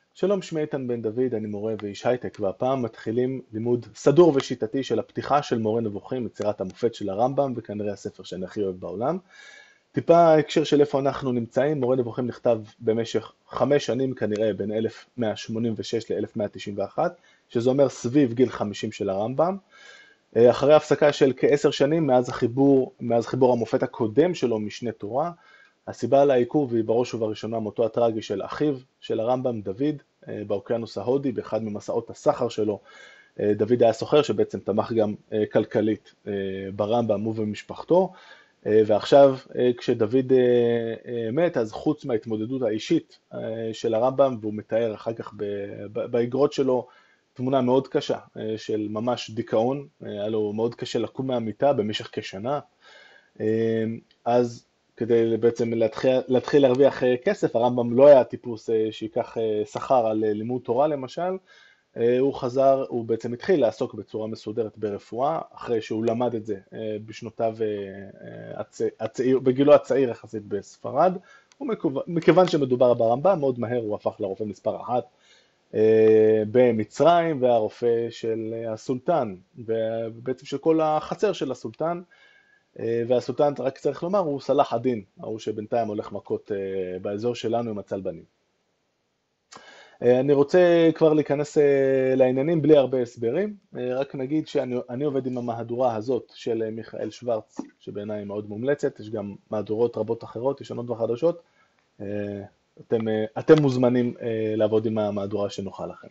שלום, שמי איתן בן דוד, אני מורה ואיש הייטק, והפעם מתחילים לימוד סדור ושיטתי של הפתיחה של מורה נבוכים, יצירת המופת של הרמב"ם, וכנראה הספר שאני הכי אוהב בעולם. טיפה ההקשר של איפה אנחנו נמצאים, מורה נבוכים נכתב במשך 5 שנים, כנראה בין 1186 ל-1191, שזה אומר סביב גיל 50 של הרמב"ם. אחרי הפסקה של כ10 שנים מאז חיבור המופת הקודם שלו, משנה תורה. הסיבה לעיכוב היא בראש ובראשונה מותו הטרגי של אחיו של הרמב"ם, דוד, באוקיינוס ההודי, באחד ממסעות הסחר שלו. דוד היה סוחר שבעצם תמך גם כלכלית ברמב"ם ובמשפחתו, ועכשיו כשדוד מת, אז חוץ מההתמודדות האישית של הרמב"ם, והוא מתאר אחר כך באגרות שלו תמונה מאוד קשה של ממש דיכאון, היה לו מאוד קשה לקום מהמיטה במשך כשנה. אז כדי בעצם להתחיל להרוויח כסף, הרמב"ם לא היה טיפוס שיקח שכר על לימוד תורה למשל, הוא בעצם התחיל לעסוק בצורה מסודרת ברפואה, אחרי שהוא למד את זה בשנותיו בגילו הצעיר יחסית בספרד, ומכיוון שמדובר ברמב"ם, מאוד מהר הוא הפך לרופא מספר 1 במצרים, והרופא של הסולטן, ובעצם של כל החצר של הסולטן, והסולטן, רק צריך לומר, הוא סלאח א-דין, ההוא שבינתיים הולך מכות באזור שלנו עם הצלבנים. אני רוצה כבר להיכנס לעניינים בלי הרבה הסברים, רק נגיד שאני עובד עם המהדורה הזאת של מיכאל שוורץ, שבעיניי מאוד מומלצת, יש גם מהדורות רבות אחרות, ישנות וחדשות, אתם מוזמנים לעבוד עם המהדורה שנוחה לכם.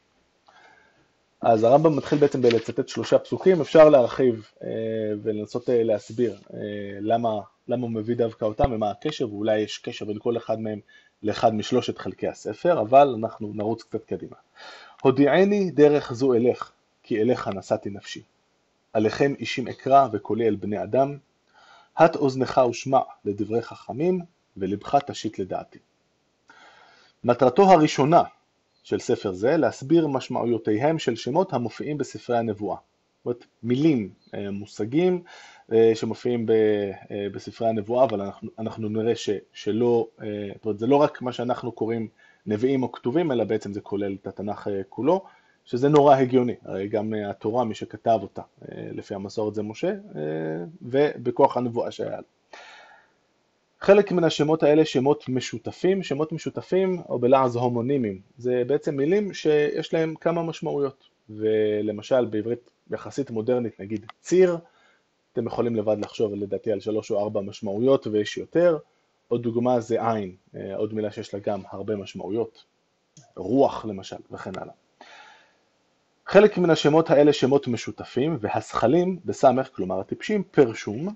אז הרמב"ם מתחיל בעצם בלצטט 3 פסוקים, אפשר להרחיב ולנסות להסביר למה הוא מביא דווקא אותם ומה הקשר, ואולי יש קשר בין כל אחד מהם לאחד משלושת חלקי הספר, אבל אנחנו נרוץ קצת קדימה. הודיעני דרך זו אלך, כי אליך נשאתי נפשי. עליכם אישים אקרא וקולי אל בני אדם, הט אוזנך ושמע לדברי חכמים, ולבך תשית לדעתי. מטרתו הראשונה של ספר זה, להסביר משמעויותיהם של שמות המופיעים בספרי הנבואה. זאת אומרת, מילים, מושגים שמופיעים בספרי הנבואה, אבל אנחנו נראה שלא, זאת אומרת, זה לא רק מה שאנחנו קוראים נביאים או כתובים, אלא בעצם זה כולל את התנ"ך כולו, שזה נורא הגיוני. הרי גם התורה, מי שכתב אותה, לפי המסורת זה משה, ובכוח הנבואה שהיה לו. חלק מן השמות האלה שמות משותפים או בלעז הומונימיים, זה בעצם מילים שיש להם כמה משמעויות, ולמשל בעברית יחסית מודרנית נגיד ציר, אתם יכולים לבד לחשוב לדעתי על 3 או 4 משמעויות ויש יותר, עוד דוגמה זה עין, עוד מילה שיש לה גם הרבה משמעויות, רוח למשל וכן הלאה. חלק מן השמות האלה שמות משותפים, והשכלים בסמך, כלומר הטיפשים, פרשום,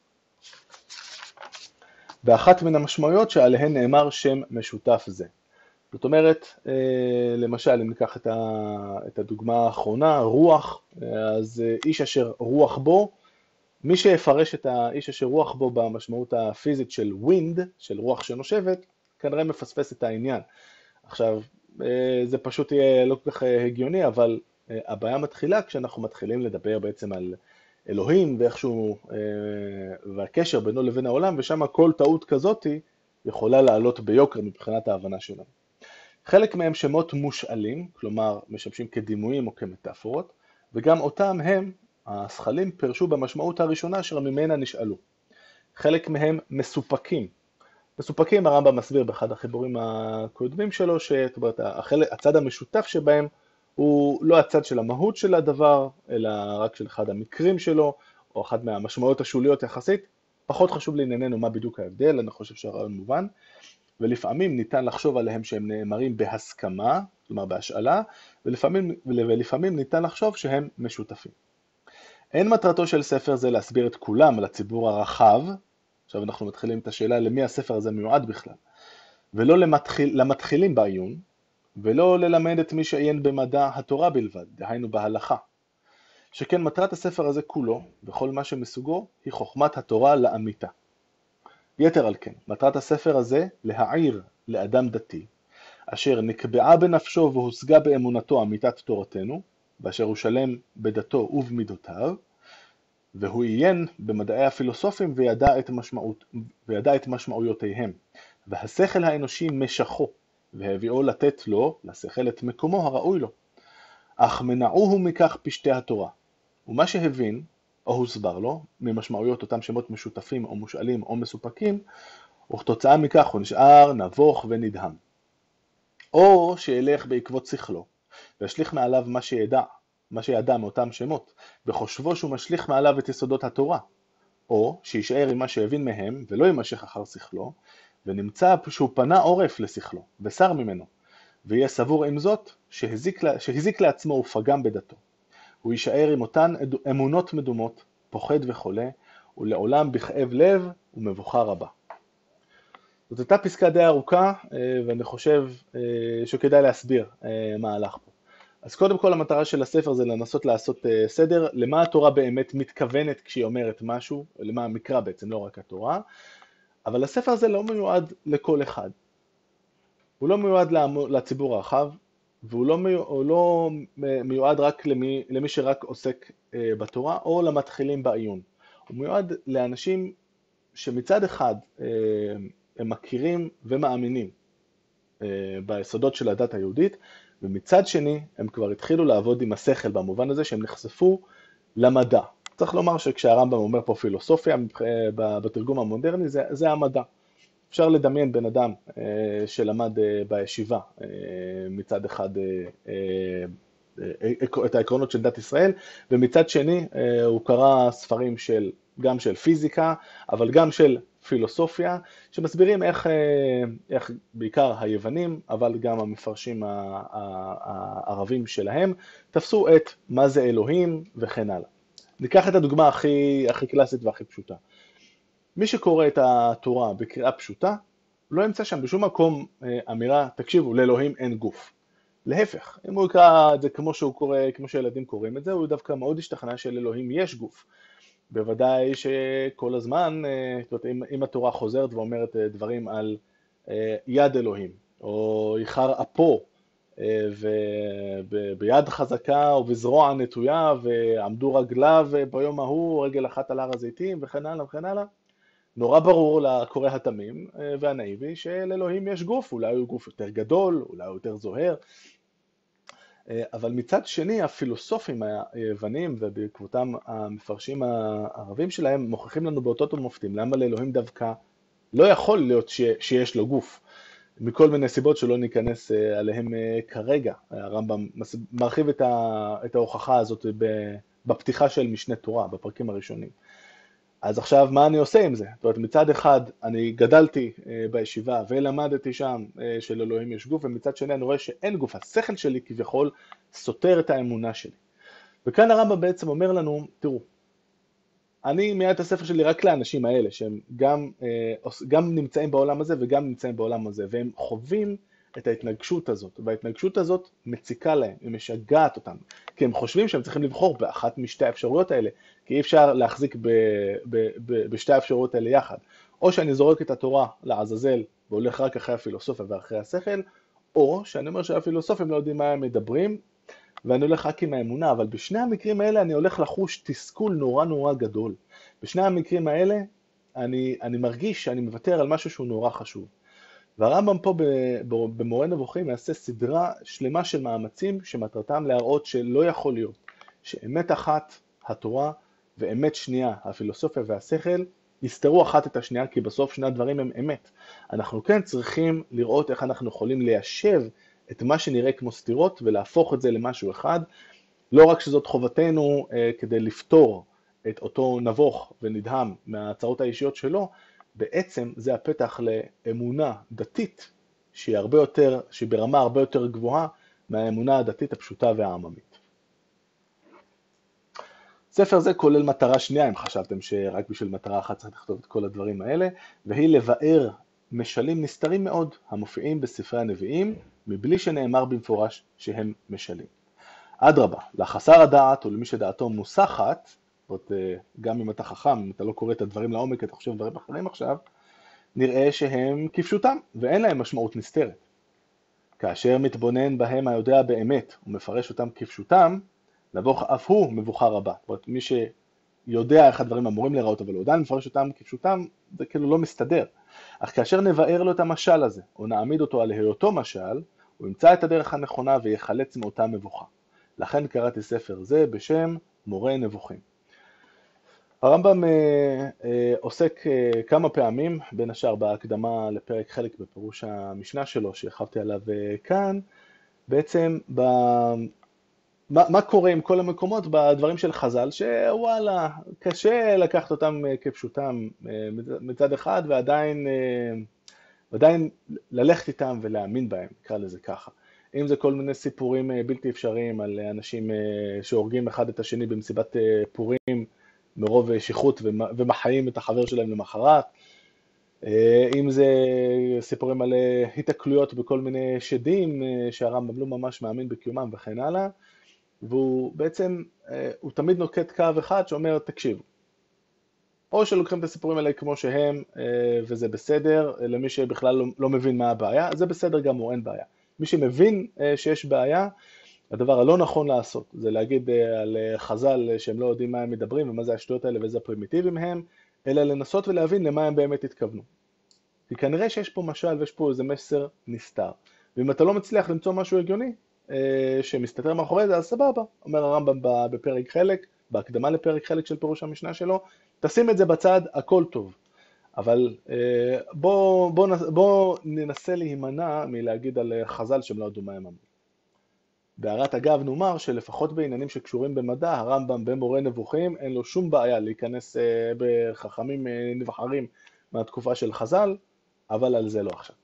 באחת מן המשמעויות שעליהן נאמר שם משותף זה. זאת אומרת, למשל, אם ניקח את הדוגמה האחרונה, רוח, אז איש אשר רוח בו, מי שיפרש את האיש אשר רוח בו במשמעות הפיזית של wind, של רוח שנושבת, כנראה מפספס את העניין. עכשיו, זה פשוט יהיה לא כל כך הגיוני, אבל הבעיה מתחילה כשאנחנו מתחילים לדבר בעצם על אלוהים ואיכשהו, והקשר בינו לבין העולם, ושם כל טעות כזאת יכולה לעלות ביוקר מבחינת ההבנה שלנו. חלק מהם שמות מושאלים, כלומר משמשים כדימויים או כמטאפורות, וגם אותם הם, השכלים, פרשו במשמעות הראשונה אשר ממנה נשאלו. חלק מהם מסופקים. מסופקים הרמב"ם מסביר באחד החיבורים הקודמים שלו, שהצד המשותף שבהם הוא לא הצד של המהות של הדבר, אלא רק של אחד המקרים שלו, או אחד מהמשמעויות השוליות יחסית. פחות חשוב לענייננו מה בדיוק ההבדל, אני חושב שהרעיון מובן. ולפעמים ניתן לחשוב עליהם שהם נאמרים בהסכמה, כלומר בהשאלה, ולפעמים ניתן לחשוב שהם משותפים. אין מטרתו של ספר זה להסביר את כולם לציבור הרחב, עכשיו אנחנו מתחילים את השאלה למי הספר הזה מיועד בכלל, ולא למתחילים בעיון, ולא ללמד את מי שעיין במדע התורה בלבד, דהיינו בהלכה. שכן מטרת הספר הזה כולו, וכל מה שמסוגו, היא חוכמת התורה לאמיתה. יתר על כן, מטרת הספר הזה להעיר לאדם דתי, אשר נקבעה בנפשו והושגה באמונתו אמיתת תורתנו, באשר הוא שלם בדתו ובמידותיו, והוא עיין במדעי הפילוסופים וידע את משמעויותיהם, והשכל האנושי משכו, והביאו לתת לו, לשכל, את מקומו הראוי לו. אך מנעוהו מכך פשטי התורה. ומה שהבין, או הוסבר לו, ממשמעויות אותם שמות משותפים או מושאלים או מסופקים, וכתוצאה מכך הוא נשאר נבוך ונדהם. או שילך בעקבות שכלו, והשליך מעליו מה שידע מאותם שמות, בחושבו שהוא משליך מעליו את יסודות התורה, או שישאר עם מה שהבין מהם ולא יימשך אחר שכלו, ונמצא שהוא פנה עורף לשכלו, ושר ממנו, ויהיה סבור עם זאת שהזיק לעצמו ופגם בדתו. הוא יישאר עם אותן אמונות מדומות, פוחד וחולה, ולעולם בכאב לב ומבוכה רבה. זאת הייתה פסקה די ארוכה, ואני חושב שכדאי להסביר מה הלך פה. אז קודם כל המטרה של הספר זה לנסות לעשות סדר, למה התורה באמת מתכוונת כשהיא אומרת משהו, למה המקרא בעצם, לא רק התורה, אבל הספר הזה לא מיועד לכל אחד. הוא לא מיועד לציבור הרחב, והוא לא מיועד רק למי שרק עוסק בתורה, או למתחילים בעיון. הוא מיועד לאנשים שמצד אחד הם מכירים ומאמינים ביסודות של הדת היהודית, ומצד שני הם כבר התחילו לעבוד עם השכל במובן הזה שהם נחשפו למדע. צריך לומר שכשהרמב"ם אומר פה פילוסופיה, בתרגום המודרני זה המדע. אפשר לדמיין בן אדם שלמד בישיבה מצד אחד את העקרונות של דת ישראל, ומצד שני הוא קרא ספרים גם של פיזיקה, אבל גם של פילוסופיה, שמסבירים איך בעיקר היוונים, אבל גם המפרשים הערבים שלהם, תפסו את מה זה אלוהים וכן הלאה. ניקח את הדוגמה הכי קלאסית והכי פשוטה. מי שקורא את התורה בקריאה פשוטה, לא ימצא שם בשום מקום אמירה, תקשיבו, לאלוהים אין גוף. להפך, אם הוא יקרא את זה כמו שילדים קוראים את זה, הוא דווקא מאוד השתכנע שלאלוהים יש גוף. בוודאי שכל הזמן, אם התורה חוזרת ואומרת דברים על יד אלוהים, או איחר אפו, וביד חזקה ובזרוע נטויה, ועמדו רגליו ביום ההוא, רגל אחת על הר הזיתים, וכן הלאה וכן הלאה, נורא ברור לקורא התמים והנאיבי שלאלוהים יש גוף, אולי הוא גוף יותר גדול, אולי הוא יותר זוהר, אבל מצד שני הפילוסופים היוונים ובעקבותם המפרשים הערבים שלהם מוכיחים לנו באותות ומופתים למה לאלוהים דווקא לא יכול להיות שיש לו גוף, מכל מיני סיבות שלא ניכנס עליהם כרגע. הרמב"ם מרחיב את ההוכחה הזאת בפתיחה של משנה תורה, בפרקים הראשונים. אז עכשיו מה אני עושה עם זה? זאת אומרת, מצד אחד אני גדלתי בישיבה ולמדתי שם של אלוהים יש גוף, ומצד שני אני רואה שאין גוף, השכל שלי כביכול סותר את האמונה שלי. וכאן הרמב"ם בעצם אומר לנו, תראו, אני מייעד את הספר שלי רק לאנשים האלה, שהם גם נמצאים בעולם הזה וגם נמצאים בעולם הזה, והם חווים את ההתנגשות הזאת, וההתנגשות הזאת מציקה להם, היא משגעת אותם, כי הם חושבים שהם צריכים לבחור באחת משתי האפשרויות האלה, כי אי אפשר להחזיק בשתי האפשרויות האלה יחד. או שאני זורק את התורה לעזאזל והולך רק אחרי הפילוסופיה ואחרי השכל, או שאני אומר שהפילוסופים לא יודעים מה הם מדברים, ואני הולך רק עם האמונה, אבל בשני המקרים האלה אני הולך לחוש תסכול נורא גדול. בשני המקרים האלה אני מרגיש שאני מוותר על משהו שהוא נורא חשוב. והרמב"ם פה במורה נבוכים יעשה סדרה שלמה של מאמצים שמטרתם להראות שלא יכול להיות שאמת אחת, התורה, ואמת שנייה, הפילוסופיה והשכל, יסתרו אחת את השנייה, כי בסוף שני הדברים הם אמת. אנחנו כן צריכים לראות איך אנחנו יכולים ליישב את מה שנראה כמו סתירות ולהפוך את זה למשהו אחד. לא רק שזאת חובתנו כדי לפתור את אותו נבוך ונדהם מההצעות האישיות שלו, בעצם זה הפתח לאמונה דתית שהיא ברמה הרבה יותר גבוהה מהאמונה הדתית הפשוטה והעממית. ספר זה כולל מטרה שנייה, אם חשבתם שרק בשביל מטרה אחת צריך לכתוב את כל הדברים האלה, והיא לבאר משלים נסתרים מאוד המופיעים בספרי הנביאים, מבלי שנאמר במפורש שהם משלים. אדרבה, לחסר הדעת ולמי שדעתו מוסחת, גם אם אתה חכם, אם אתה לא קורא את הדברים לעומק, אתה חושב דברים אחרים עכשיו, נראה שהם כפשוטם, ואין להם משמעות נסתרת. כאשר מתבונן בהם היודע באמת ומפרש אותם כפשוטם, נבוך אף הוא מבוכה רבה. זאת אומרת, מי שיודע איך הדברים אמורים להיראות, אבל הוא עדיין מפרש אותם כפשוטם, זה כאילו לא מסתדר. אך כאשר נבאר לו את המשל הזה, או נעמיד אותו על היותו משל, הוא ימצא את הדרך הנכונה ויחלץ מאותה מבוכה. לכן קראתי ספר זה בשם מורה נבוכים. הרמב"ם עוסק כמה פעמים, בין השאר בהקדמה לפרק חלק בפירוש המשנה שלו שהרחבתי עליו כאן, בעצם מה קורה עם כל המקומות בדברים של חז"ל, שוואלה, קשה לקחת אותם כפשוטם מצד אחד, ועדיין ללכת איתם ולהאמין בהם, נקרא לזה ככה. אם זה כל מיני סיפורים בלתי אפשריים על אנשים שהורגים אחד את השני במסיבת פורים מרוב שכרות ומחיים את החבר שלהם למחרת, אם זה סיפורים על התקלויות בכל מיני שדים שהרמב"ם לא ממש מאמין בקיומם וכן הלאה, והוא בעצם, הוא תמיד נוקט קו אחד שאומר, תקשיבו, או שלוקחים את הסיפורים האלה כמו שהם, וזה בסדר, למי שבכלל לא מבין מה הבעיה, זה בסדר גמור, אין בעיה. מי שמבין שיש בעיה, הדבר הלא נכון לעשות, זה להגיד על חז"ל שהם לא יודעים מה הם מדברים, ומה זה השטויות האלה ואיזה הפרימיטיבים הם, אלא לנסות ולהבין למה הם באמת התכוונו. כי כנראה שיש פה משל ויש פה איזה מסר נסתר. ואם אתה לא מצליח למצוא משהו הגיוני, שמסתתר מאחורי זה, אז סבבה, אומר הרמב"ם בפרק חלק, בהקדמה לפרק חלק של פירוש המשנה שלו, תשים את זה בצד, הכל טוב. אבל בוא ננסה להימנע מלהגיד על חז"ל שהם לא ידעו מה הם אמרו. בהערת אגב נאמר שלפחות בעניינים שקשורים במדע, הרמב"ם במורה נבוכים, אין לו שום בעיה להיכנס בחכמים נבחרים מהתקופה של חז"ל, אבל על זה לא עכשיו.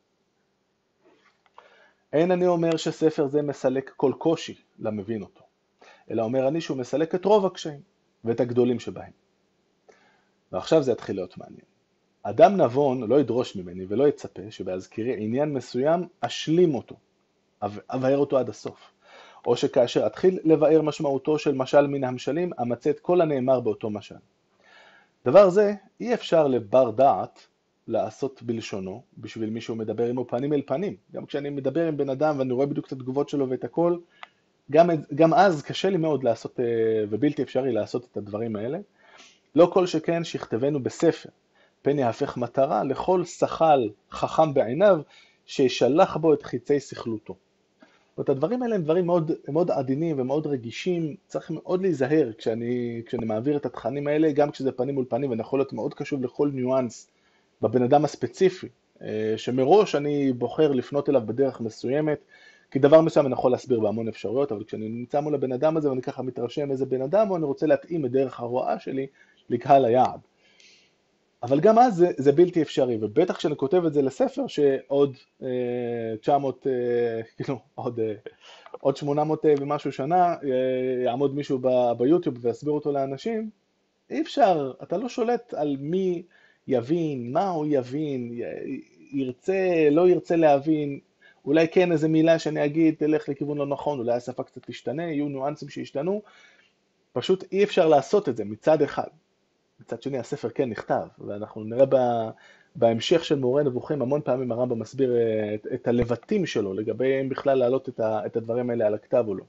אין אני אומר שספר זה מסלק כל קושי למבין אותו, אלא אומר אני שהוא מסלק את רוב הקשיים ואת הגדולים שבהם. ועכשיו זה יתחיל להיות מעניין. אדם נבון לא ידרוש ממני ולא יצפה שבהזכירי עניין מסוים אשלים אותו, אבאר אותו עד הסוף. או שכאשר אתחיל לבאר משמעותו של משל מן המשלים, אמצא את כל הנאמר באותו משל. דבר זה אי אפשר לבר דעת לעשות בלשונו, בשביל מישהו מדבר עמו פנים אל פנים. גם כשאני מדבר עם בן אדם ואני רואה בדיוק את התגובות שלו ואת הכל, גם אז קשה לי מאוד לעשות, ובלתי אפשרי לעשות את הדברים האלה. לא כל שכן שיכתבנו בספר, פן יהפך מטרה לכל שחל חכם בעיניו, שישלח בו את חיצי שכלותו. זאת הדברים האלה הם דברים מאוד עדינים ומאוד רגישים, צריך מאוד להיזהר כשאני מעביר את התכנים האלה, גם כשזה פנים מול פנים, ואני יכול להיות מאוד קשוב לכל ניואנס בבן אדם הספציפי, שמראש אני בוחר לפנות אליו בדרך מסוימת, כי דבר מסוים אני יכול להסביר בהמון אפשרויות, אבל כשאני נמצא מול הבן אדם הזה ואני ככה מתרשם איזה בן אדם, או אני רוצה להתאים את דרך ההוראה שלי לקהל היעד. אבל גם אז זה בלתי אפשרי, ובטח כשאני כותב את זה לספר שעוד 900, כאילו עוד 800 ומשהו שנה יעמוד מישהו ביוטיוב ויסביר אותו לאנשים, אי אפשר, אתה לא שולט על מי יבין, מה הוא יבין, ירצה, לא ירצה להבין, אולי כן איזה מילה שאני אגיד תלך לכיוון לא נכון, אולי השפה קצת תשתנה, יהיו ניואנסים שישתנו, פשוט אי אפשר לעשות את זה מצד אחד. מצד שני, הספר כן נכתב, ואנחנו נראה בהמשך של מורה נבוכים, המון פעמים הרמב"ם מסביר את הלבטים שלו, לגבי אם בכלל להעלות את הדברים האלה על הכתב או לא.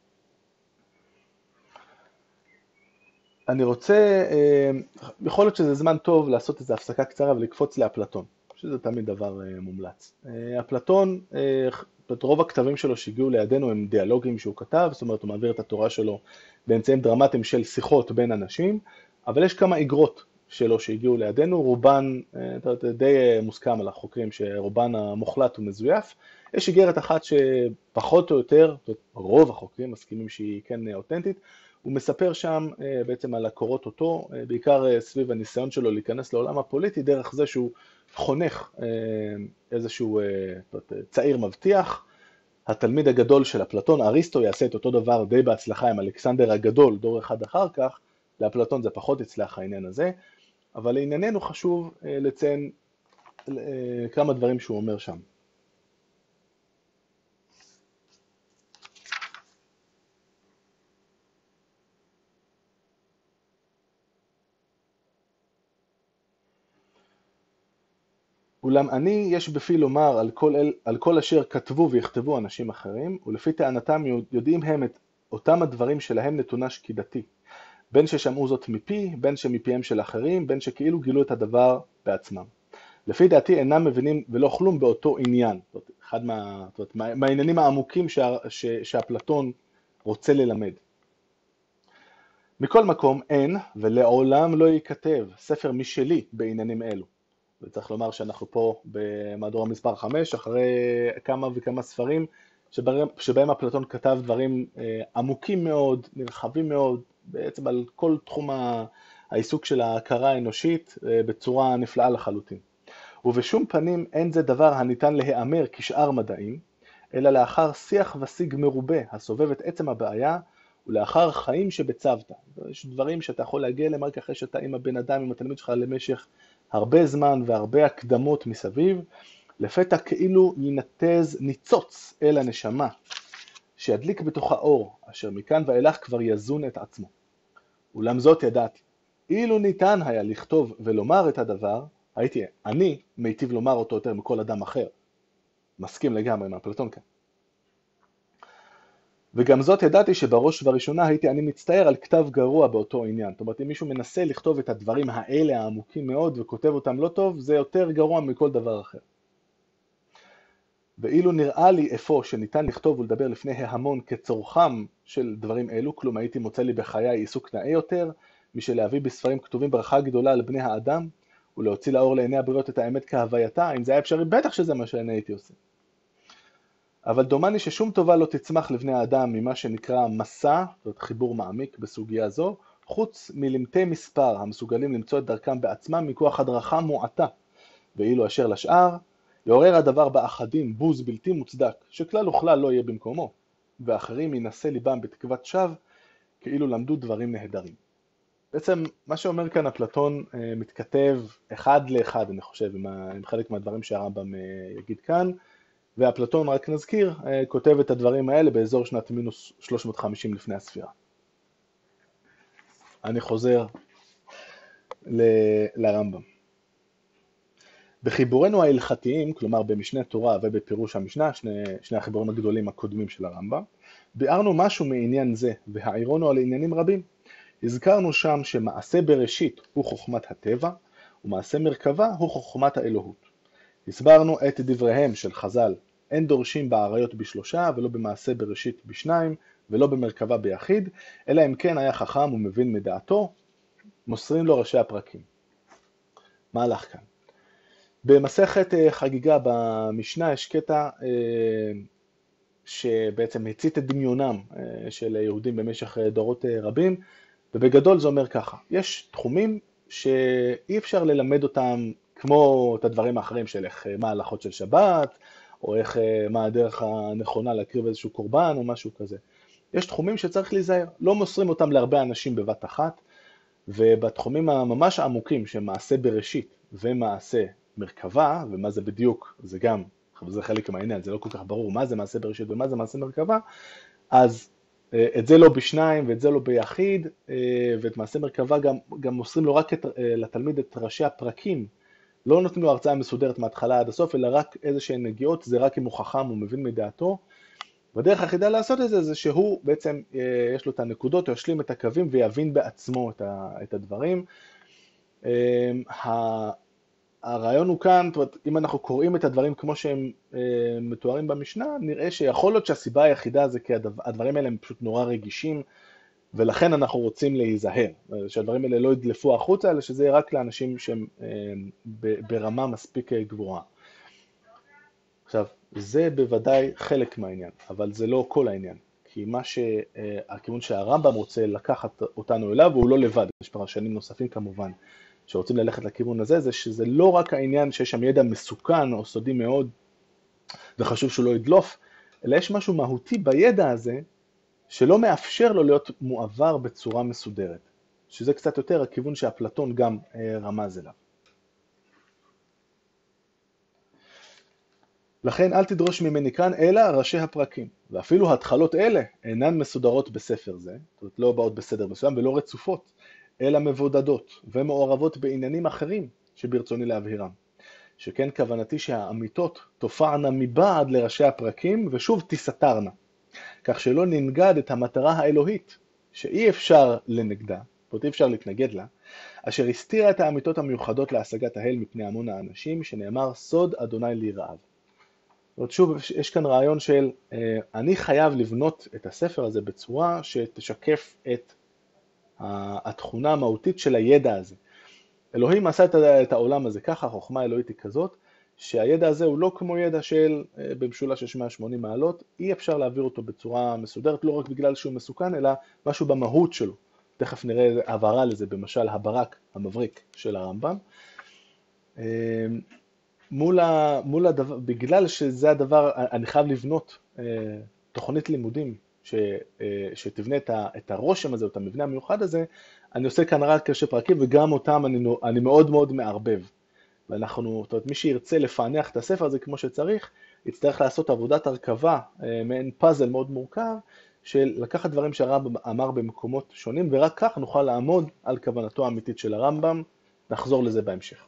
אני רוצה, יכול להיות שזה זמן טוב לעשות איזו הפסקה קצרה ולקפוץ לאפלטון, שזה תמיד דבר מומלץ. אפלטון, רוב הכתבים שלו שהגיעו לידינו הם דיאלוגים שהוא כתב, זאת אומרת הוא מעביר את התורה שלו באמצעים דרמטיים של שיחות בין אנשים, אבל יש כמה איגרות שלו שהגיעו לידינו, רובן, די מוסכם על החוקרים שרובן המוחלט הוא מזויף. יש איגרת אחת שפחות או יותר, רוב החוקרים מסכימים שהיא כן אותנטית, הוא מספר שם בעצם על הקורות אותו, בעיקר סביב הניסיון שלו להיכנס לעולם הפוליטי, דרך זה שהוא חונך איזשהו צעיר מבטיח. התלמיד הגדול של אפלטון, אריסטו, יעשה את אותו דבר די בהצלחה עם אלכסנדר הגדול, דור אחד אחר כך. לאפלטון זה פחות הצלח העניין הזה, אבל לענייננו חשוב לציין כמה דברים שהוא אומר שם. אולם אני יש בפי לומר על כל אשר כתבו ויכתבו אנשים אחרים, ולפי טענתם יודעים הם את אותם הדברים שלהם נתונה שקידתי. בין ששמעו זאת מפי, בין שמפיהם של אחרים, בין שכאילו גילו את הדבר בעצמם. לפי דעתי אינם מבינים ולא כלום באותו עניין. זאת אומרת, מהעניינים העמוקים שאפלטון רוצה ללמד. מכל מקום אין ולעולם לא ייכתב ספר משלי בעניינים אלו. וצריך לומר שאנחנו פה במהדורה מספר 5, אחרי כמה וכמה ספרים שבהם אפלטון כתב דברים עמוקים מאוד, נרחבים מאוד, בעצם על כל תחום העיסוק של ההכרה האנושית בצורה נפלאה לחלוטין. ובשום פנים אין זה דבר הניתן להיאמר כשאר מדעים, אלא לאחר שיח ושיג מרובה הסובב את עצם הבעיה, ולאחר חיים שבצוותא. יש דברים שאתה יכול להגיע אליהם רק אחרי שאתה עם הבן אדם, עם התלמיד שלך למשך הרבה זמן והרבה הקדמות מסביב, לפתע כאילו ינתז ניצוץ אל הנשמה, שידליק בתוך האור, אשר מכאן ואילך כבר יזון את עצמו. אולם זאת ידעתי, אילו ניתן היה לכתוב ולומר את הדבר, הייתי אני מיטיב לומר אותו יותר מכל אדם אחר. מסכים לגמרי עם אפלטון כאן. וגם זאת ידעתי שבראש ובראשונה הייתי אני מצטער על כתב גרוע באותו עניין. זאת אומרת, אם מישהו מנסה לכתוב את הדברים האלה העמוקים מאוד וכותב אותם לא טוב, זה יותר גרוע מכל דבר אחר. ואילו נראה לי אפוא שניתן לכתוב ולדבר לפני ההמון כצורכם של דברים אלו, כלום הייתי מוצא לי בחיי עיסוק נאה יותר, משל להביא בספרים כתובים ברכה גדולה על בני האדם, ולהוציא לאור לעיני הבריות את האמת כהווייתה, אם זה היה אפשרי, בטח שזה מה שאני הייתי עושה. אבל דומני ששום טובה לא תצמח לבני האדם ממה שנקרא מסע, זאת חיבור מעמיק בסוגיה זו, חוץ מלמתי מספר המסוגלים למצוא את דרכם בעצמם מכוח הדרכה מועטה, ואילו אשר לשאר, יעורר הדבר באחדים בוז בלתי מוצדק, שכלל וכלל לא יהיה במקומו, ואחרים ינסה ליבם בתקוות שווא, כאילו למדו דברים נהדרים. בעצם מה שאומר כאן אפלטון מתכתב אחד לאחד, אני חושב, עם חלק מהדברים שהרמב"ם יגיד כאן, ואפלטון, רק נזכיר, כותב את הדברים האלה באזור שנת מינוס 350 לפני הספירה. אני חוזר לרמב"ם. בחיבורנו ההלכתיים, כלומר במשנה תורה ובפירוש המשנה, שני החיבורים הגדולים הקודמים של הרמב"ם, ביארנו משהו מעניין זה, והעירונו על עניינים רבים. הזכרנו שם שמעשה בראשית הוא חוכמת הטבע, ומעשה מרכבה הוא חוכמת האלוהות. הסברנו את דבריהם של חז"ל, אין דורשים בעריות בשלושה, ולא במעשה בראשית בשניים, ולא במרכבה ביחיד, אלא אם כן היה חכם ומבין מדעתו, מוסרים לו ראשי הפרקים. מה הלך כאן? במסכת חגיגה במשנה יש קטע שבעצם הצית את דמיונם של יהודים במשך דורות רבים, ובגדול זה אומר ככה, יש תחומים שאי אפשר ללמד אותם כמו את הדברים האחרים של מה ההלכות של שבת, או מה הדרך הנכונה להקריב איזשהו קורבן או משהו כזה. יש תחומים שצריך להיזהר, לא מוסרים אותם להרבה אנשים בבת אחת, ובתחומים הממש עמוקים שמעשה בראשית ומעשה מרכבה, ומה זה בדיוק, זה גם, זה חלק מהעניין, זה לא כל כך ברור מה זה מעשה בראשית ומה זה מעשה מרכבה, אז את זה לא בשניים ואת זה לא ביחיד, ואת מעשה מרכבה גם מוסרים לו רק לתלמיד את ראשי הפרקים, לא נותנים לו הרצאה מסודרת מההתחלה עד הסוף, אלא רק איזשהן נגיעות, זה רק אם הוא חכם, הוא מבין מדעתו, והדרך היחידה לעשות את זה, זה שהוא בעצם יש לו את הנקודות, הוא ישלים את הקווים ויבין בעצמו את הדברים. הרעיון הוא כאן, אם אנחנו קוראים את הדברים כמו שהם מתוארים במשנה, נראה שיכול להיות שהסיבה היחידה זה כי הדברים האלה הם פשוט נורא רגישים, ולכן אנחנו רוצים להיזהר, שהדברים האלה לא ידלפו החוצה, אלא שזה יהיה רק לאנשים שהם ברמה מספיק גבוהה. עכשיו, זה בוודאי חלק מהעניין, אבל זה לא כל העניין, כי הכיוון שהרמב"ם רוצה לקחת אותנו אליו, הוא לא לבד, יש פרשנים נוספים כמובן, שרוצים ללכת לכיוון הזה, זה שזה לא רק העניין שיש שם ידע מסוכן או סודי מאוד, וחשוב שהוא לא ידלוף, אלא יש משהו מהותי בידע הזה, שלא מאפשר לו להיות מועבר בצורה מסודרת, שזה קצת יותר הכיוון שאפלטון גם רמז אליו. לכן אל תדרוש ממני כאן אלא ראשי הפרקים, ואפילו התחלות אלה אינן מסודרות בספר זה, זאת אומרת לא באות בסדר מסוים ולא רצופות, אלא מבודדות ומעורבות בעניינים אחרים שברצוני להבהירם. שכן כוונתי שהאמיתות תופענה מבעד לראשי הפרקים ושוב תסתרנה, כך שלא ננגד את המטרה האלוהית שאי אפשר לנגדה, זאת אומרת אי אפשר להתנגד לה, אשר הסתירה את האמיתות המיוחדות להשגת ההל מפני המון האנשים, שנאמר סוד אדוני ליראיו. זאת אומרת, שוב, יש כאן רעיון של אני חייב לבנות את הספר הזה בצורה שתשקף את התכונה המהותית של הידע הזה. אלוהים עשה את העולם הזה ככה, החוכמה האלוהית היא כזאת, שהידע הזה הוא לא כמו ידע של במשולש 680 מעלות, אי אפשר להעביר אותו בצורה מסודרת, לא רק בגלל שהוא מסוכן, אלא משהו במהות שלו. תכף נראה הבהרה לזה, במשל הברק המבריק של הרמב"ם. מול הדבר, בגלל שזה הדבר, אני חייב לבנות תוכנית לימודים שתבנה את הרושם הזה, או את המבנה המיוחד הזה, אני עושה כאן רק ראשי פרקים, וגם אותם אני מאוד מאוד מערבב. ואנחנו, זאת אומרת, מי שירצה לפענח את הספר הזה כמו שצריך, יצטרך לעשות עבודת הרכבה, מעין פאזל מאוד מורכב, של לקחת דברים שהרמב"ם אמר במקומות שונים, ורק כך נוכל לעמוד על כוונתו האמיתית של הרמב"ם, נחזור לזה בהמשך.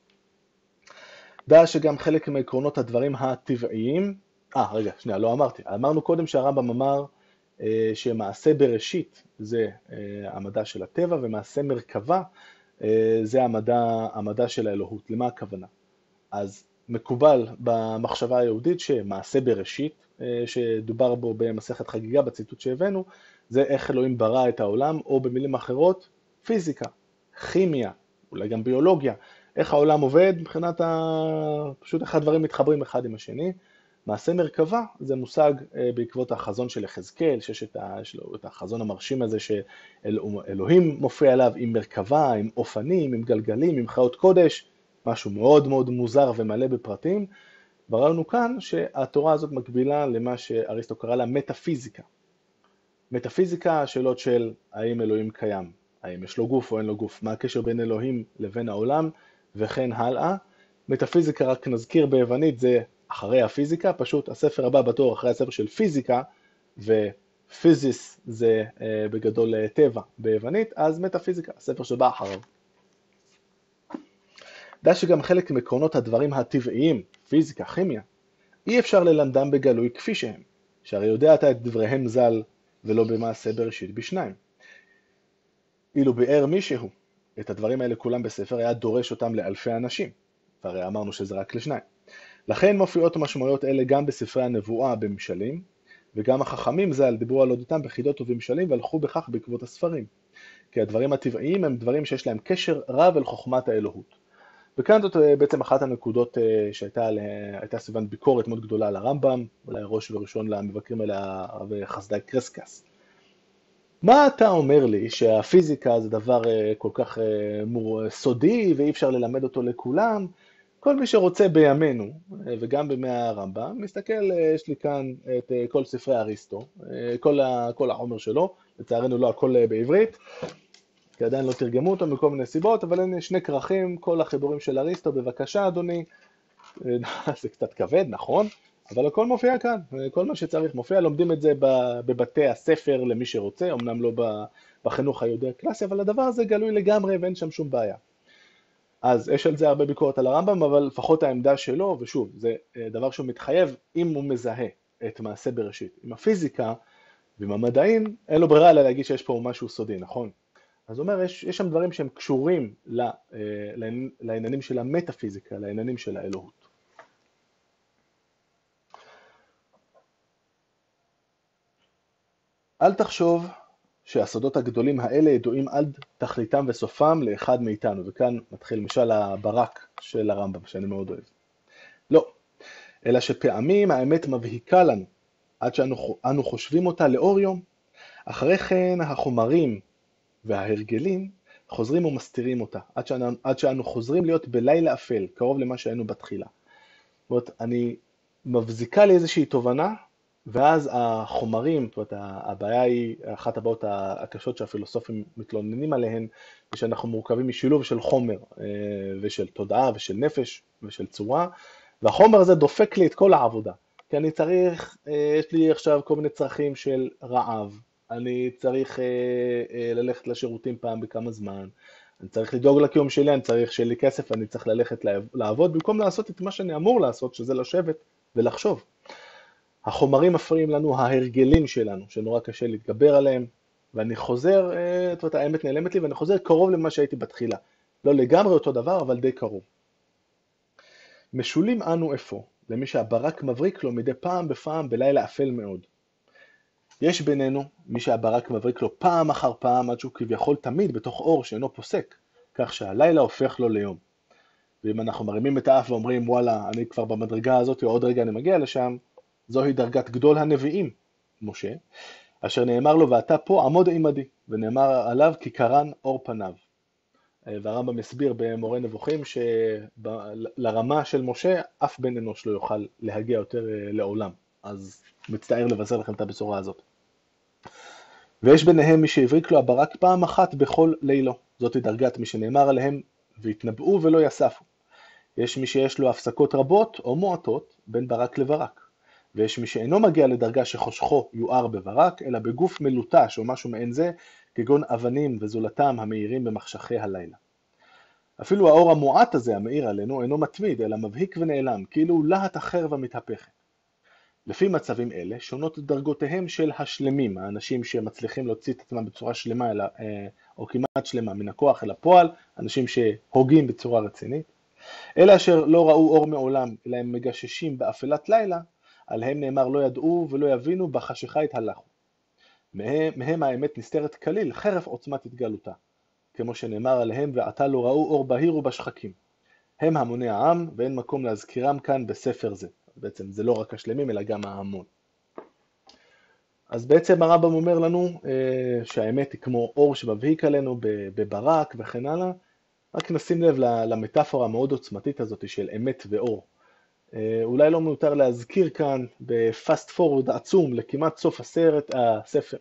דע שגם חלק מעקרונות הדברים הטבעיים, רגע, שנייה, לא אמרתי. אמרנו קודם שהרמב"ם אמר שמעשה בראשית זה המדע של הטבע, ומעשה מרכבה זה המדע של האלוהות. למה הכוונה? אז מקובל במחשבה היהודית שמעשה בראשית, שדובר בו במסכת חגיגה בציטוט שהבאנו, זה איך אלוהים ברא את העולם, או במילים אחרות, פיזיקה, כימיה, אולי גם ביולוגיה, איך העולם עובד מבחינת פשוט איך הדברים מתחברים אחד עם השני. מעשה מרכבה זה מושג בעקבות החזון של יחזקאל, שיש את החזון המרשים הזה שאלוהים מופיע עליו עם מרכבה, עם אופנים, עם גלגלים, עם חיות קודש, משהו מאוד מאוד מוזר ומלא בפרטים. וראינו כאן שהתורה הזאת מקבילה למה שאריסטו קרא לה מטאפיזיקה. מטאפיזיקה, השאלות של האם אלוהים קיים, האם יש לו גוף או אין לו גוף, מה הקשר בין אלוהים לבין העולם וכן הלאה. מטאפיזיקה, רק נזכיר ביוונית, זה אחרי הפיזיקה, פשוט הספר הבא בתור אחרי הספר של פיזיקה, ופיזיס זה בגדול טבע ביוונית, אז מטאפיזיקה, הספר שבא אחריו. דע שגם חלק מעקרונות הדברים הטבעיים, פיזיקה, כימיה, אי אפשר ללמדם בגלוי כפי שהם, שהרי יודע אתה את דבריהם ז"ל ולא במעשה בראשית בשניים. אילו ביאר מישהו את הדברים האלה כולם בספר, היה דורש אותם לאלפי אנשים, והרי אמרנו שזה רק לשניים. לכן מופיעות משמעויות אלה גם בספרי הנבואה במשלים, וגם החכמים ז"ל דיברו על אודותם בחידות ובמשלים, והלכו בכך בעקבות הספרים. כי הדברים הטבעיים הם דברים שיש להם קשר רב אל חוכמת האלוהות. וכאן זאת בעצם אחת הנקודות שהייתה סביבן ביקורת מאוד גדולה על הרמב"ם, אולי ראש וראשון למבקרים האלה הרב חסדאי קרסקס. מה אתה אומר לי שהפיזיקה זה דבר כל כך סודי ואי אפשר ללמד אותו לכולם? כל מי שרוצה בימינו, וגם בימי הרמב"ם, מסתכל, יש לי כאן את כל ספרי אריסטו, כל החומר שלו, לצערנו לא הכל בעברית, כי עדיין לא תרגמו אותו מכל מיני סיבות, אבל הנה שני כרכים, כל החיבורים של אריסטו, בבקשה אדוני, זה קצת כבד, נכון? אבל הכל מופיע כאן, כל מה שצריך מופיע, לומדים את זה בבתי הספר למי שרוצה, אמנם לא בחינוך היהודי הקלאסי, אבל הדבר הזה גלוי לגמרי ואין שם שום בעיה. אז יש על זה הרבה ביקורת על הרמב"ם, אבל לפחות העמדה שלו, ושוב, זה דבר שהוא מתחייב אם הוא מזהה את מעשה בראשית. עם הפיזיקה ועם המדעים, אין לו ברירה אלא להגיד שיש פה משהו סודי, נכון? אז הוא אומר, יש שם דברים שהם קשורים לעניינים של המטאפיזיקה, לעניינים של האלוהות. אל תחשוב שהסודות הגדולים האלה ידועים עד תכליתם וסופם לאחד מאיתנו, וכאן מתחיל משל הברק של הרמב"ם, שאני מאוד אוהב. לא, אלא שפעמים האמת מבהיקה לנו, עד שאנו חושבים אותה לאור יום, אחרי כן החומרים וההרגלים חוזרים ומסתירים אותה, עד שאנו חוזרים להיות בלילה אפל, קרוב למה שהיינו בתחילה. זאת אומרת, אני מבזיקה לי איזושהי תובנה, ואז החומרים, זאת אומרת, הבעיה היא אחת הבעיות הקשות שהפילוסופים מתלוננים עליהן, ושאנחנו מורכבים משילוב של חומר, ושל תודעה, ושל נפש, ושל צורה, והחומר הזה דופק לי את כל העבודה. כי אני צריך, יש לי עכשיו כל מיני צרכים של רעב, אני צריך ללכת לשירותים פעם בכמה זמן, אני צריך לדאוג לקיום שלי, אני צריך שיהיה לי כסף, אני צריך ללכת לעבוד, במקום לעשות את מה שאני אמור לעשות, שזה לשבת ולחשוב. החומרים מפריעים לנו, ההרגלים שלנו, שנורא קשה להתגבר עליהם, ואני חוזר, זאת אומרת, האמת נעלמת לי, ואני חוזר קרוב למה שהייתי בתחילה. לא לגמרי אותו דבר, אבל די קרוב. משולים אנו אפוא, למי שהברק מבריק לו מדי פעם בפעם בלילה אפל מאוד. יש בינינו מי שהברק מבריק לו פעם אחר פעם עד שהוא כביכול תמיד בתוך אור שאינו פוסק, כך שהלילה הופך לו ליום. ואם אנחנו מרימים את האף ואומרים וואלה אני כבר במדרגה הזאת או עוד רגע אני מגיע לשם, זוהי דרגת גדול הנביאים, משה, אשר נאמר לו ואתה פה עמוד עמדי, ונאמר עליו כי קרן אור פניו. והרמב"ם מסביר במורה נבוכים שלרמה של משה אף בן אנוש לא יוכל להגיע יותר לעולם. אז מצטער לבשר לכם את הבשורה הזאת. ויש ביניהם מי שהבריק לו הברק פעם אחת בכל לילו. זאת דרגת מי שנאמר עליהם והתנבאו ולא יספו. יש מי שיש לו הפסקות רבות או מועטות בין ברק לברק. ויש מי שאינו מגיע לדרגה שחושכו יואר בברק, אלא בגוף מלוטש או משהו מעין זה, כגון אבנים וזולתם המאירים במחשכי הלילה. אפילו האור המועט הזה המאיר עלינו אינו מתמיד, אלא מבהיק ונעלם, כאילו להט אחר ומתהפכת. לפי מצבים אלה, שונות דרגותיהם של השלמים, האנשים שמצליחים להוציא את עצמם בצורה שלמה, או כמעט שלמה, מן הכוח אל הפועל, אנשים שהוגים בצורה רצינית. אלה אשר לא ראו אור מעולם, אלא הם מגששים באפלת לילה, עליהם נאמר לא ידעו ולא יבינו, בחשיכה התהלכו. מהם האמת נסתרת כליל, חרף עוצמת התגלותה. כמו שנאמר עליהם, ועתה לא ראו אור בהיר ובשחקים. הם המוני העם, ואין מקום להזכירם כאן בספר זה. בעצם זה לא רק השלמים, אלא גם ההמון. אז בעצם הרמב"ם אומר לנו שהאמת היא כמו אור שמבהיק עלינו בברק וכן הלאה. רק נשים לב למטאפורה המאוד עוצמתית הזאת של אמת ואור. אולי לא מיותר להזכיר כאן בפאסט פורוורד עצום לכמעט סוף הספר.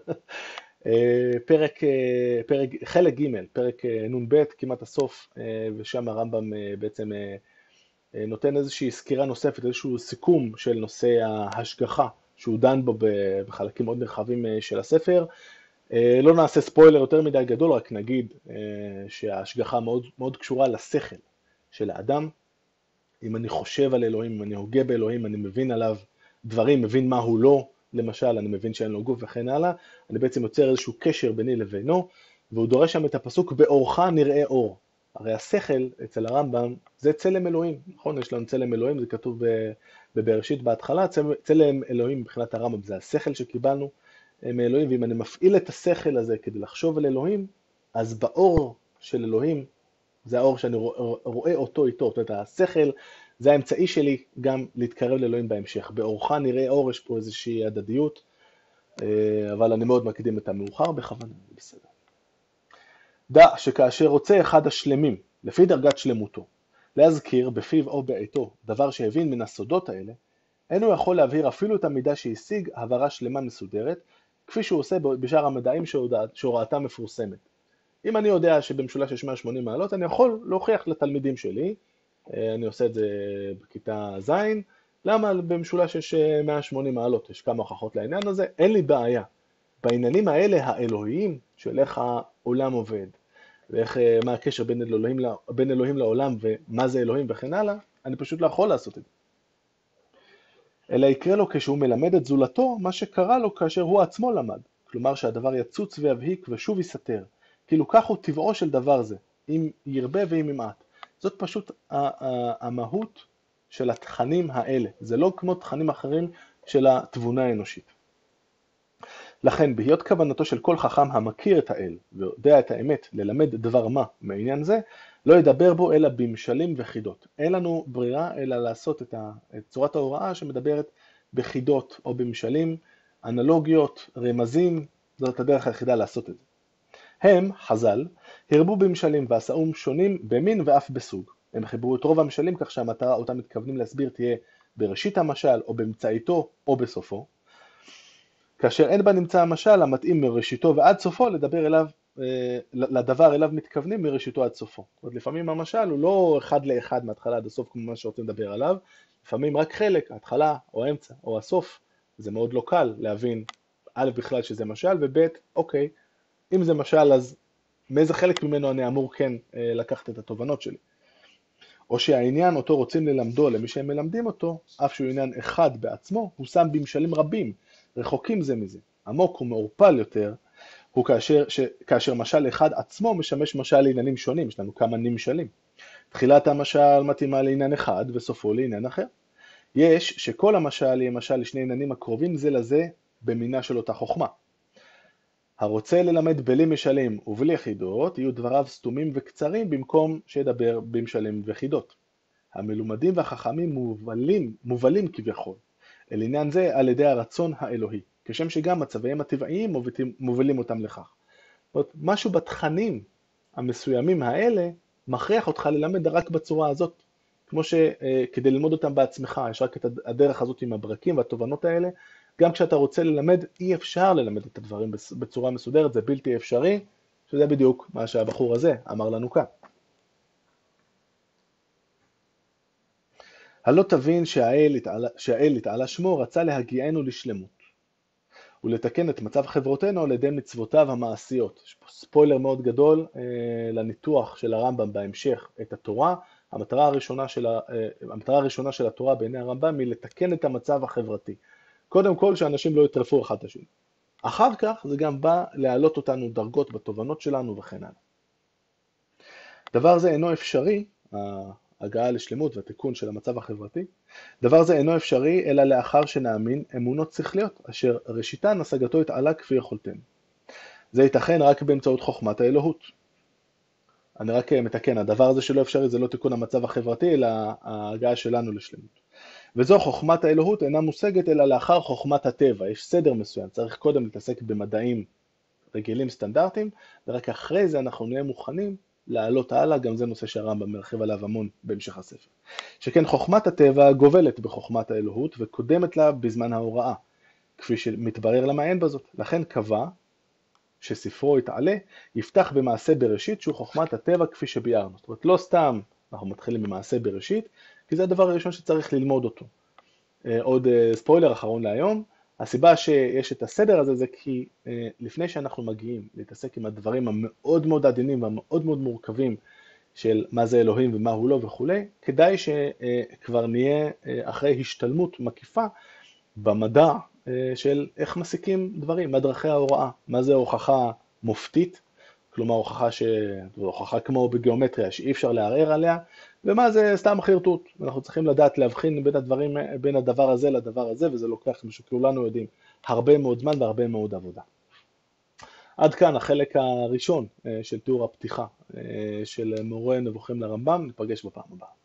חלק ג', פרק נ"ב, כמעט הסוף, ושם הרמב"ם בעצם נותן איזושהי סקירה נוספת, איזשהו סיכום של נושא ההשגחה, שהוא דן בו בחלקים מאוד נרחבים של הספר. לא נעשה ספוילר יותר מדי גדול, רק נגיד שההשגחה מאוד, מאוד קשורה לשכל של האדם. אם אני חושב על אלוהים, אם אני הוגה באלוהים, אני מבין עליו דברים, מבין מה הוא לא, למשל, אני מבין שאין לו גוף וכן הלאה, אני בעצם יוצר איזשהו קשר ביני לבינו, והוא דורש שם את הפסוק, באורך נראה אור. הרי השכל אצל הרמב"ם זה צלם אלוהים, נכון? יש לנו צלם אלוהים, זה כתוב בבראשית בהתחלה, צלם אלוהים מבחינת הרמב"ם, זה השכל שקיבלנו מאלוהים, ואם אני מפעיל את השכל הזה כדי לחשוב על אלוהים, אז באור של אלוהים, זה האור שאני רואה אותו איתו, זאת אומרת, השכל זה האמצעי שלי גם להתקרב לאלוהים בהמשך. באורך נראה אור, יש פה איזושהי הדדיות, אבל אני מאוד מקדים את המאוחר בכוונה, בסדר. דע שכאשר רוצה אחד השלמים, לפי דרגת שלמותו, להזכיר בפיו או בעיתו דבר שהבין מן הסודות האלה, אין הוא יכול להבהיר אפילו את המידה שהשיג הבהרה שלמה מסודרת, כפי שהוא עושה בשאר המדעים שהוראתם מפורסמת. אם אני יודע שבמשולש יש 180 מעלות, אני יכול להוכיח לתלמידים שלי, אני עושה את זה בכיתה ז', למה במשולש יש 180 מעלות, יש כמה הוכחות לעניין הזה, אין לי בעיה. בעניינים האלה האלוהיים של איך העולם עובד, ואיך, מה הקשר בין אלוהים לעולם ומה זה אלוהים וכן הלאה, אני פשוט לא יכול לעשות את זה. אלא יקרה לו כשהוא מלמד את זולתו מה שקרה לו כאשר הוא עצמו למד, כלומר שהדבר יצוץ ויבהיק ושוב יסתר, כאילו כך הוא טבעו של דבר זה, אם ירבה ואם ימעט. זאת פשוט המהות של התכנים האלה, זה לא כמו תכנים אחרים של התבונה האנושית. לכן, בהיות כוונתו של כל חכם המכיר את האל ויודע את האמת ללמד דבר מה מעניין זה, לא ידבר בו אלא במשלים וחידות. אין לנו ברירה אלא לעשות את צורת ההוראה שמדברת בחידות או במשלים, אנלוגיות, רמזים, זאת הדרך היחידה לעשות את זה. הם, חז"ל, הרבו במשלים ועשאום שונים במין ואף בסוג. הם חיברו את רוב המשלים כך שהמטרה אותה מתכוונים להסביר תהיה בראשית המשל או באמצעיתו או בסופו. כאשר אין בה נמצא המשל המתאים מראשיתו ועד סופו לדבר אליו מתכוונים מראשיתו עד סופו. זאת אומרת, לפעמים המשל הוא לא אחד לאחד מההתחלה עד הסוף כמו מה שרוצים לדבר עליו, לפעמים רק חלק, ההתחלה או האמצע או הסוף. זה מאוד לא קל להבין א' בכלל שזה משל וב' אוקיי, אם זה משל אז מאיזה חלק ממנו אני אמור כן לקחת את התובנות שלי. או שהעניין אותו רוצים ללמדו למי שהם מלמדים אותו, אף שהוא עניין אחד בעצמו, הוא שם במשלים רבים, רחוקים זה מזה, עמוק ומעורפל יותר, הוא כאשר משל אחד עצמו משמש משל לעניינים שונים, יש לנו כמה נמשלים. תחילת המשל מתאימה לעניין אחד וסופו לעניין אחר. יש שכל המשל יהיה משל לשני עניינים הקרובים זה לזה במינה של אותה חוכמה. הרוצה ללמד בלי משלים ובלי חידות, יהיו דבריו סתומים וקצרים במקום שידבר במשלים וחידות. המלומדים והחכמים מובלים כביכול, אל עניין זה על ידי הרצון האלוהי, כשם שגם מצביהם הטבעיים מובילים אותם לכך. זאת אומרת, משהו בתכנים המסוימים האלה מכריח אותך ללמד רק בצורה הזאת, כמו שכדי ללמוד אותם בעצמך, יש רק את הדרך הזאת עם הברקים והתובנות האלה, גם כשאתה רוצה ללמד, אי אפשר ללמד את הדברים בצורה מסודרת, זה בלתי אפשרי, שזה בדיוק מה שהבחור הזה אמר לנו כאן. הלא תבין שהאל התעלה שמו רצה להגיענו לשלמות, ולתקן את מצב חברותינו על ידי מצוותיו המעשיות. יש פה ספוילר מאוד גדול לניתוח של הרמב"ם בהמשך את התורה. המטרה הראשונה של התורה בעיני הרמב"ם היא לתקן את המצב החברתי. קודם כל שאנשים לא יטרפו אחד את השני. אחר כך זה גם בא להעלות אותנו דרגות בתובנות שלנו וכן הלאה. דבר זה אינו אפשרי, ההגעה לשלמות והתיקון של המצב החברתי, דבר זה אינו אפשרי אלא לאחר שנאמין אמונות שכליות, אשר ראשיתן השגתו התעלה כפי יכולתנו. זה ייתכן רק באמצעות חוכמת האלוהות. אני רק מתקן, הדבר הזה שלא אפשרי זה לא תיקון המצב החברתי, אלא ההגעה שלנו לשלמות. וזו חוכמת האלוהות אינה מושגת אלא לאחר חוכמת הטבע. יש סדר מסוים, צריך קודם להתעסק במדעים רגילים סטנדרטיים, ורק אחרי זה אנחנו נהיה מוכנים לעלות הלאה, גם זה נושא שהרמב"ם מרחיב עליו המון בהמשך הספר. שכן חוכמת הטבע גובלת בחוכמת האלוהות וקודמת לה בזמן ההוראה, כפי שמתברר למעיין בזאת. לכן קבע שספרו יתעלה יפתח במעשה בראשית שהוא חוכמת הטבע כפי שביארנו. זאת אומרת, לא סתם אנחנו מתחילים במעשה בראשית, כי זה הדבר הראשון שצריך ללמוד אותו. עוד ספוילר אחרון להיום, הסיבה שיש את הסדר הזה זה כי לפני שאנחנו מגיעים להתעסק עם הדברים המאוד מאוד עדינים והמאוד מאוד מורכבים של מה זה אלוהים ומה הוא לא וכו', כדאי שכבר נהיה אחרי השתלמות מקיפה במדע של איך מסיקים דברים, מה דרכי ההוראה, מה זה הוכחה מופתית, כלומר הוכחה כמו בגיאומטריה שאי אפשר לערער עליה, ומה זה סתם חרטוט. אנחנו צריכים לדעת להבחין בין הדבר הזה לדבר הזה, וזה לוקח, כמו שכולנו יודעים, הרבה מאוד זמן והרבה מאוד עבודה. עד כאן החלק הראשון של תיאור הפתיחה של מורה נבוכים לרמב"ם, ניפגש בפעם הבאה.